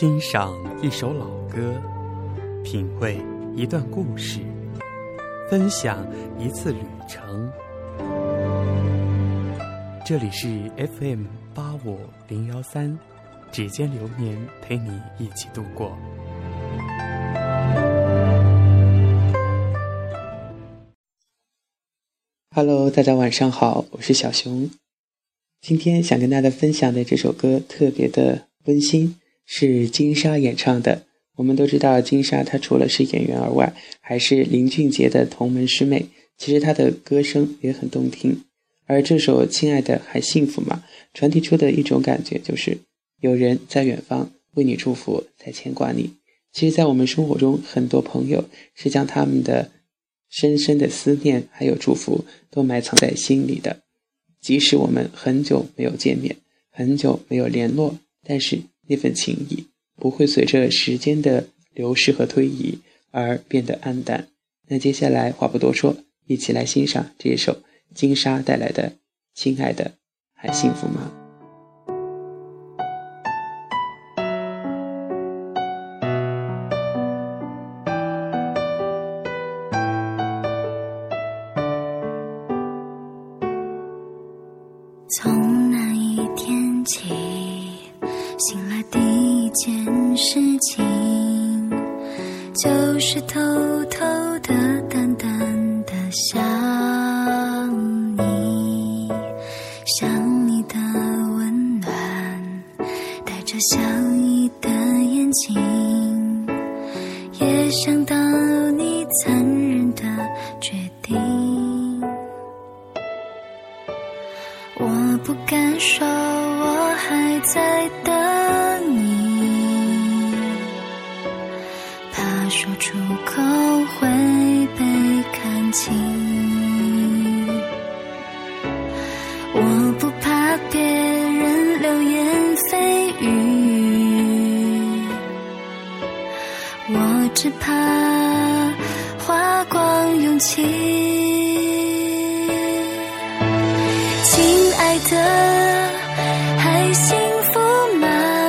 欣赏一首老歌，品味一段故事，分享一次旅程。这里是 FM85013，指尖流年，陪你一起度过。 Hello， 大家晚上好，我是小熊。今天想跟大家分享的这首歌特别的温馨，是金莎演唱的。我们都知道金莎她除了是演员而外，还是林俊杰的同门师妹，其实她的歌声也很动听。而这首《亲爱的还幸福吗》传递出的一种感觉，就是有人在远方为你祝福，在牵挂你。其实在我们生活中，很多朋友是将他们的深深的思念还有祝福都埋藏在心里的。即使我们很久没有见面，很久没有联络，但是那份情谊不会随着时间的流逝和推移而变得黯淡。那接下来话不多说，一起来欣赏这一首金莎带来的《亲爱的还幸福吗》。 从那一天起，醒来第一件事情就是偷偷的淡淡的想你，想你的温暖，带着笑意的眼睛，也想到你残忍的决定。我不敢说我还在等你，怕说出口会被看清。我不怕别人流言蜚语，我只怕花光勇气。亲爱的还幸福吗？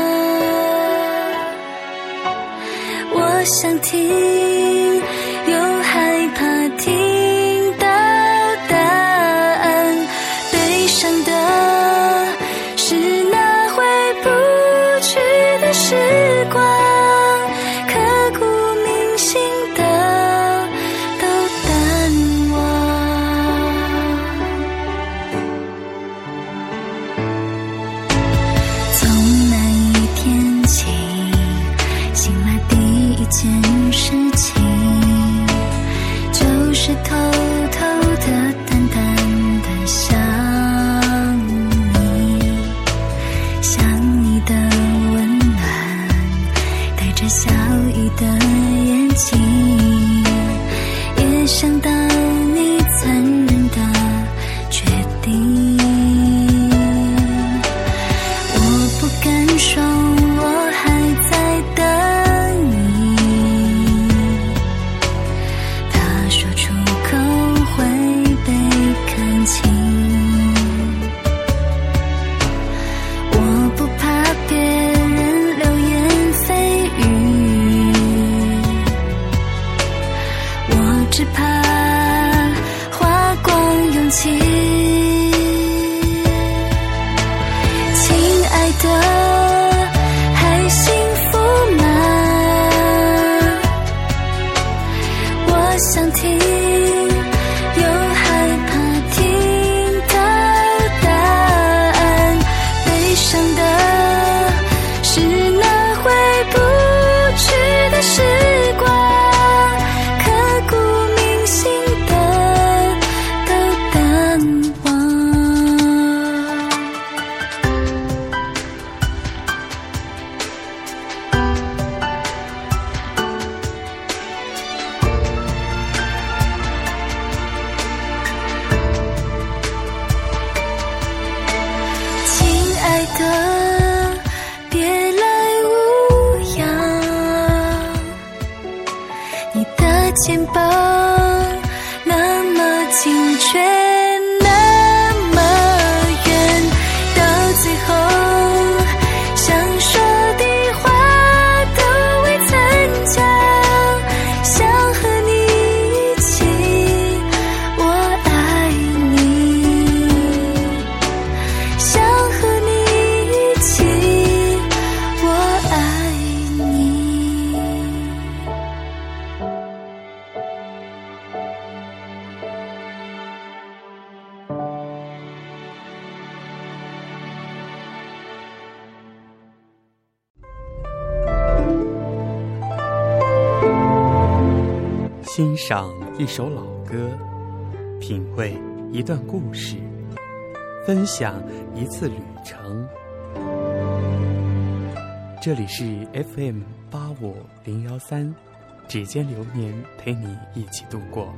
我想听又害怕听到答案，悲伤的是那回不去的时光，刻骨铭心的都淡忘。从那一天起，醒来第一件事情就是偷偷的淡淡的想你，想你的温暖，带着笑意的眼睛，也想到你残忍的决定。不敢说我还在等你，怕说出口会被看清。我不怕别人流言蜚语，我只怕花光勇气。的还幸福吗？我想听又害怕听到答案，悲伤的是那回不去的时光，刻骨铭心的都淡忘。别来无恙，你的肩膀那么紧却那么远，到最后想说的话欣赏一首老歌，品味一段故事，分享一次旅程。这里是 FM85013，指尖流年，陪你一起度过。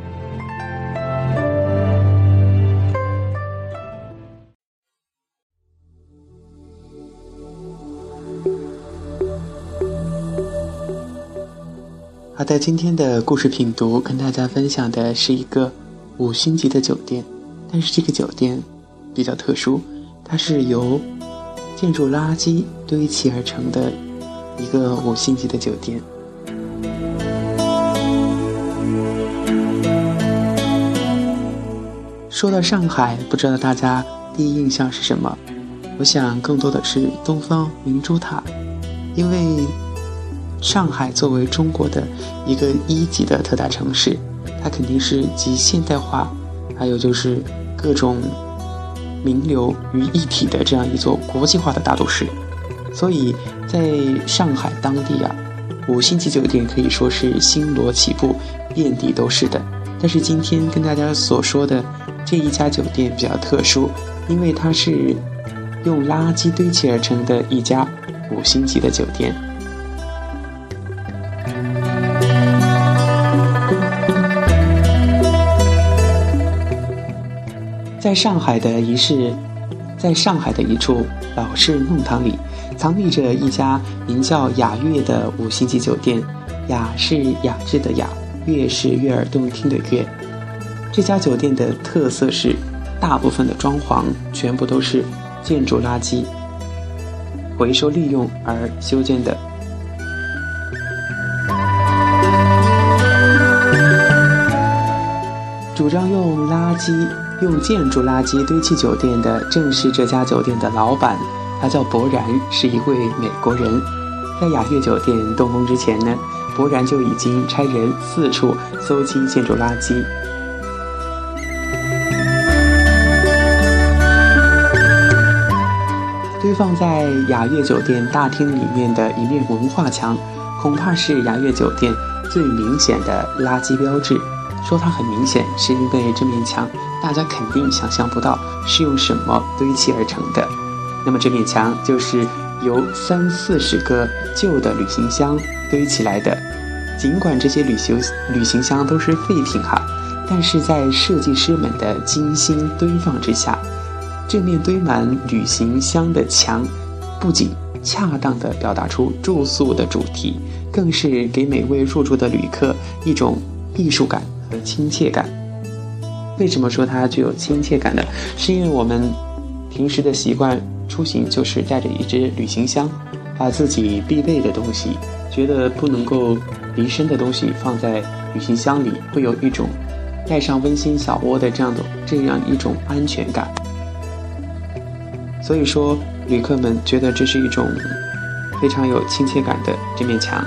好的，今天的故事品读跟大家分享的是一个5星级的酒店，但是这个酒店比较特殊，它是由建筑垃圾堆砌而成的一个5星级的酒店。说到上海，不知道大家第一印象是什么？我想更多的是东方明珠塔，因为上海作为中国的一个1级的特大城市，它肯定是集现代化还有就是各种名流于一体的这样一座国际化的大都市。所以在上海当地5星级酒店可以说是星罗棋布，遍地都是的。但是今天跟大家所说的这一家酒店比较特殊，因为它是用垃圾堆砌而成的一家5星级的酒店。在上海的一处老式弄堂里，藏匿着一家名叫雅悦的5星级酒店。雅是雅致的雅，悦是悦耳动听的悦。这家酒店的特色是大部分的装潢全部都是建筑垃圾回收利用而修建的。主张用建筑垃圾堆砌酒店的正是这家酒店的老板，他叫博然，是一位美国人。在雅悦酒店动工之前呢，博然就已经差人四处搜集建筑垃圾。堆放在雅悦酒店大厅里面的一面文化墙，恐怕是雅悦酒店最明显的垃圾标志。说它很明显，是因为这面墙大家肯定想象不到是用什么堆砌而成的。那么这面墙就是由30-40个旧的旅行箱堆起来的。尽管这些旅行箱都是废品但是在设计师们的精心堆放之下，这面堆满旅行箱的墙不仅恰当地表达出住宿的主题，更是给每位入住的旅客一种艺术感和亲切感。为什么说它具有亲切感呢？是因为我们平时的习惯出行就是带着一只旅行箱，把自己必备的东西，觉得不能够离身的东西放在旅行箱里，会有一种带上温馨小窝的这样一种安全感。所以说旅客们觉得这是一种非常有亲切感的这面墙。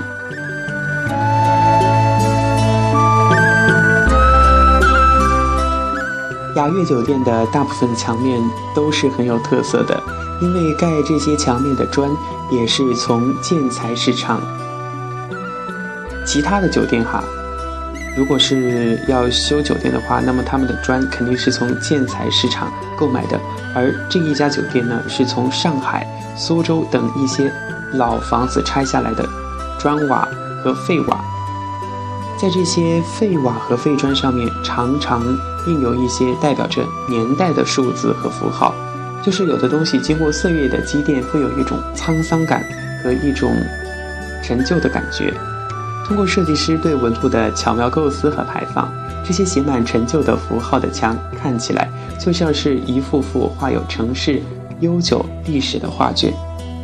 雅悦酒店的大部分墙面都是很有特色的，因为盖这些墙面的砖也是从建材市场。其他的酒店如果是要修酒店的话，那么他们的砖肯定是从建材市场购买的，而这一家酒店呢，是从上海、苏州等一些老房子拆下来的砖瓦和废瓦。在这些废瓦和废砖上面常常印有一些代表着年代的数字和符号，就是有的东西经过岁月的积淀，会有一种沧桑感和一种陈旧的感觉。通过设计师对纹路的巧妙构思和排放，这些写满陈旧的符号的墙看起来就像是一幅幅画有城市悠久历史的画卷。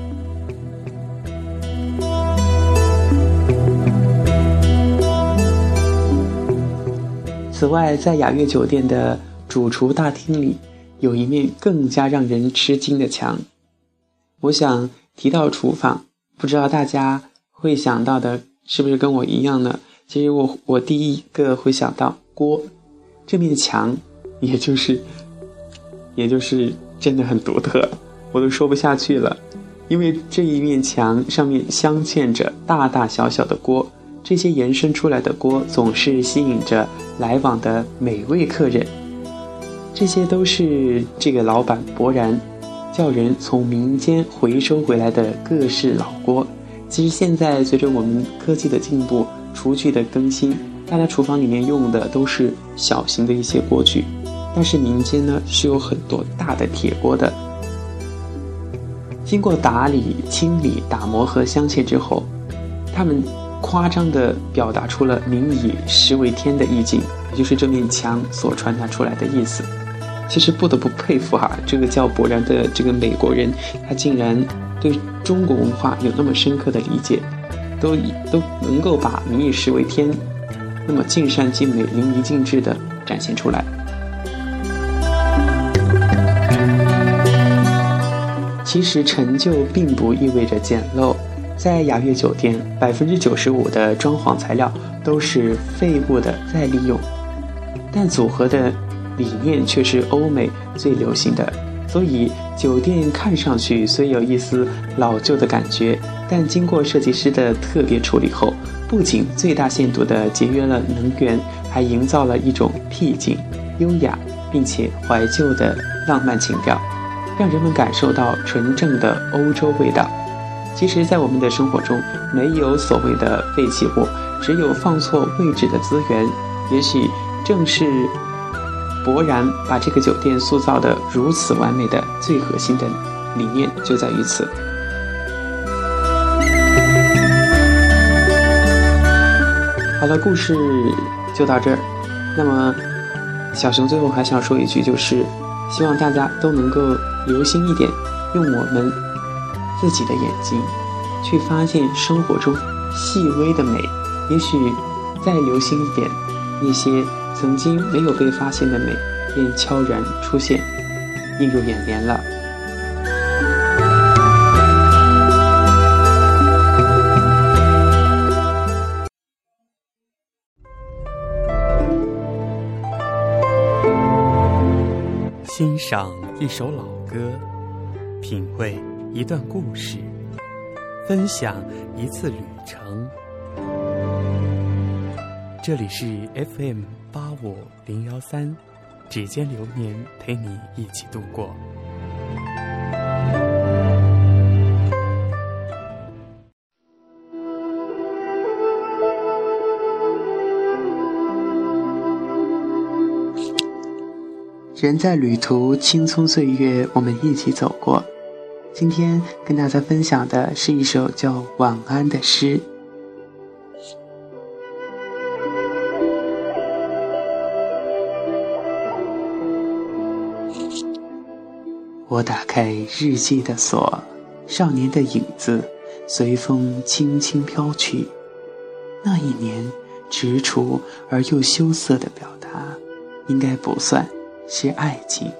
此外，在雅悦酒店的主厨大厅里，有一面更加让人吃惊的墙。我想提到厨房，不知道大家会想到的是不是跟我一样呢？其实我第一个会想到锅，这面墙也就是真的很独特，我都说不下去了。因为这一面墙上面镶嵌着大大小小的锅， 这些延伸出来的锅总是吸引着来往的每位客人。这些都是这个老板勃然叫人从民间回收回来的各式老锅。其实现在随着我们科技的进步，厨具的更新，大家厨房里面用的都是小型的一些锅具，但是民间呢是有很多大的铁锅的。经过打理、清理、打磨和镶嵌之后，他们夸张地表达出了民以食为天的意境，也就是这面墙所传达出来的意思。其实不得不佩服这个叫勃然的这个美国人，他竟然对中国文化有那么深刻的理解，都能够把民以食为天那么尽善尽美、淋漓尽致地展现出来。其实陈旧并不意味着简陋，在雅悦酒店，95%的装潢材料都是废物的再利用，但组合的理念却是欧美最流行的，所以酒店看上去虽有一丝老旧的感觉，但经过设计师的特别处理后，不仅最大限度地节约了能源，还营造了一种僻静、优雅并且怀旧的浪漫情调，让人们感受到纯正的欧洲味道。其实在我们的生活中，没有所谓的废弃物，只有放错位置的资源。也许正是勃然把这个酒店塑造得如此完美的最核心的理念就在于此。好了，故事就到这儿。那么小熊最后还想说一句，就是希望大家都能够留心一点，用我们自己的眼睛去发现生活中细微的美，也许再留心一点，那些曾经没有被发现的美便悄然出现，映入眼帘了。 欣赏一首老歌，品味一段故事，分享一次旅程。这里是 FM85013，指尖流年，陪你一起度过。 人在旅途，青葱岁月，我们一起走过。今天跟大家分享的是一首叫《晚安》的诗。我打开日记的锁，少年的影子随风轻轻飘去。那一年，踟蹰而又羞涩的表达，应该不算是爱情。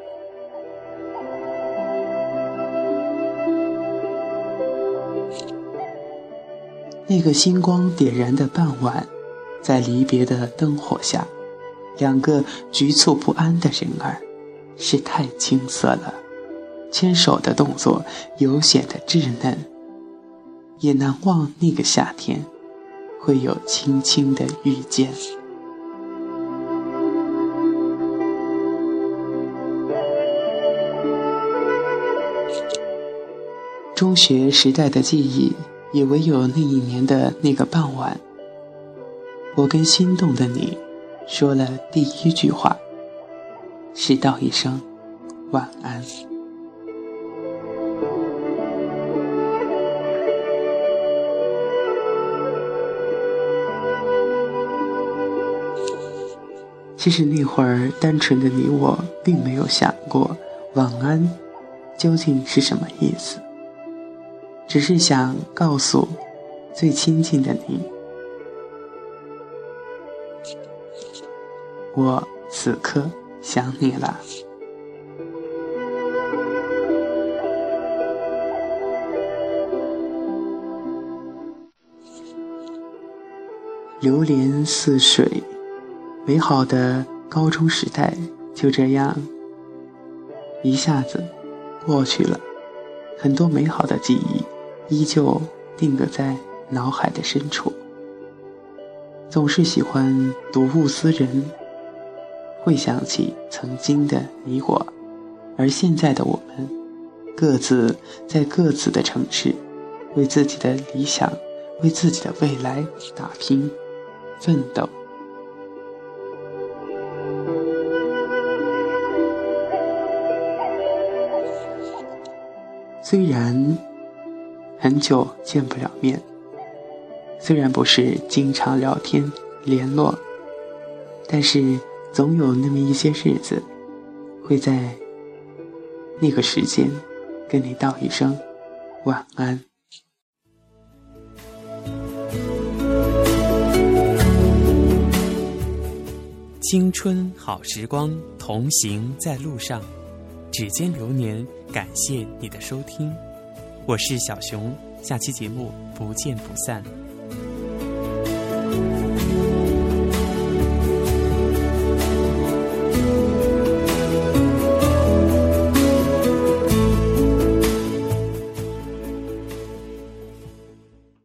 那个星光点燃的傍晚，在离别的灯火下，两个局促不安的人儿，是太青涩了。牵手的动作有显得稚嫩，也难忘那个夏天会有轻轻的遇见。中学时代的记忆，也唯有那一年的那个傍晚，我跟心动的你说了第一句话，是道一声晚安。其实那会儿单纯的你我并没有想过晚安究竟是什么意思，只是想告诉最亲近的你，我此刻想你了。流连似水，美好的高中时代就这样一下子过去了，很多美好的记忆依旧定格在脑海的深处。 总是喜欢睹物思人，会想起曾经的你我，而现在的我们，各自在各自的城市，为自己的理想，为自己的未来打拼奋斗。虽然很久见不了面，虽然不是经常聊天联络，但是总有那么一些日子，会在那个时间跟你道一声晚安。 青春好时光，同行在路上，指尖流年，感谢你的收听，我是小熊，下期节目不见不散。